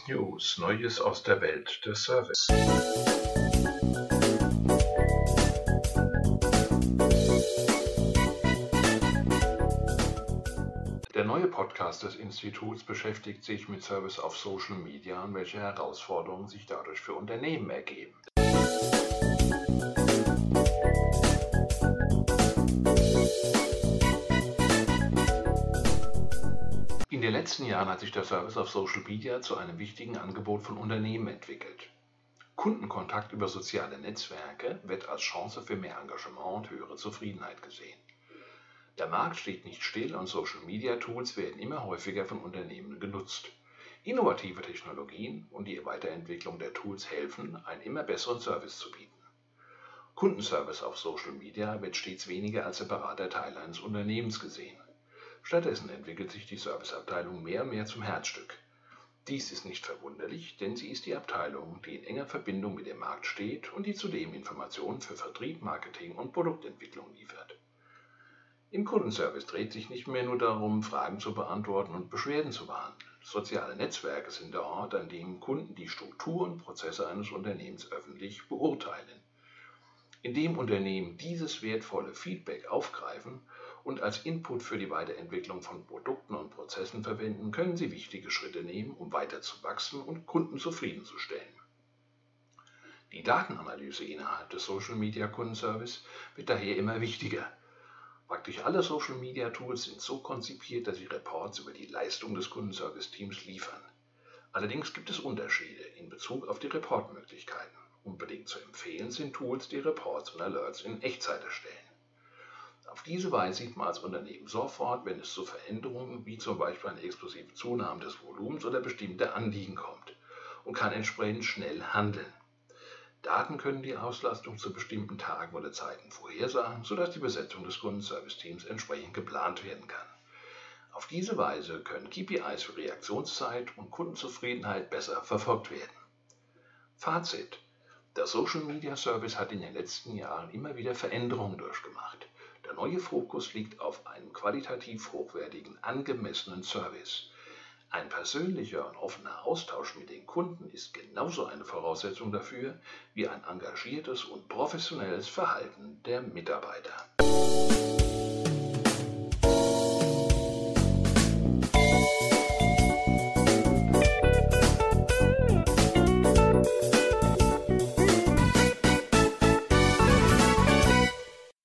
News, Neues aus der Welt des Service. Der neue Podcast des Instituts beschäftigt sich mit Service auf Social Media und welche Herausforderungen sich dadurch für Unternehmen ergeben. In den letzten Jahren hat sich der Service auf Social Media zu einem wichtigen Angebot von Unternehmen entwickelt. Kundenkontakt über soziale Netzwerke wird als Chance für mehr Engagement und höhere Zufriedenheit gesehen. Der Markt steht nicht still und Social Media Tools werden immer häufiger von Unternehmen genutzt. Innovative Technologien und die Weiterentwicklung der Tools helfen, einen immer besseren Service zu bieten. Kundenservice auf Social Media wird stets weniger als separater Teil eines Unternehmens gesehen. Stattdessen entwickelt sich die Serviceabteilung mehr und mehr zum Herzstück. Dies ist nicht verwunderlich, denn sie ist die Abteilung, die in enger Verbindung mit dem Markt steht und die zudem Informationen für Vertrieb, Marketing und Produktentwicklung liefert. Im Kundenservice dreht sich nicht mehr nur darum, Fragen zu beantworten und Beschwerden zu behandeln. Soziale Netzwerke sind der Ort, an dem Kunden die Struktur und Prozesse eines Unternehmens öffentlich beurteilen. Indem Unternehmen dieses wertvolle Feedback aufgreifen und als Input für die Weiterentwicklung von Produkten und Prozessen verwenden, können sie wichtige Schritte nehmen, um weiter zu wachsen und Kunden zufriedenzustellen. Die Datenanalyse innerhalb des Social Media Kundenservice wird daher immer wichtiger. Praktisch alle Social Media Tools sind so konzipiert, dass sie Reports über die Leistung des Kundenservice-Teams liefern. Allerdings gibt es Unterschiede in Bezug auf die Reportmöglichkeiten. Unbedingt zu empfehlen sind Tools, die Reports und Alerts in Echtzeit erstellen. Auf diese Weise sieht man als Unternehmen sofort, wenn es zu Veränderungen wie zum Beispiel eine explosive Zunahme des Volumens oder bestimmter Anliegen kommt und kann entsprechend schnell handeln. Daten können die Auslastung zu bestimmten Tagen oder Zeiten vorhersagen, sodass die Besetzung des Kundenservice-Teams entsprechend geplant werden kann. Auf diese Weise können KPIs für Reaktionszeit und Kundenzufriedenheit besser verfolgt werden. Fazit: Der Social Media Service hat in den letzten Jahren immer wieder Veränderungen durchgemacht. Der neue Fokus liegt auf einem qualitativ hochwertigen, angemessenen Service. Ein persönlicher und offener Austausch mit den Kunden ist genauso eine Voraussetzung dafür wie ein engagiertes und professionelles Verhalten der Mitarbeiter.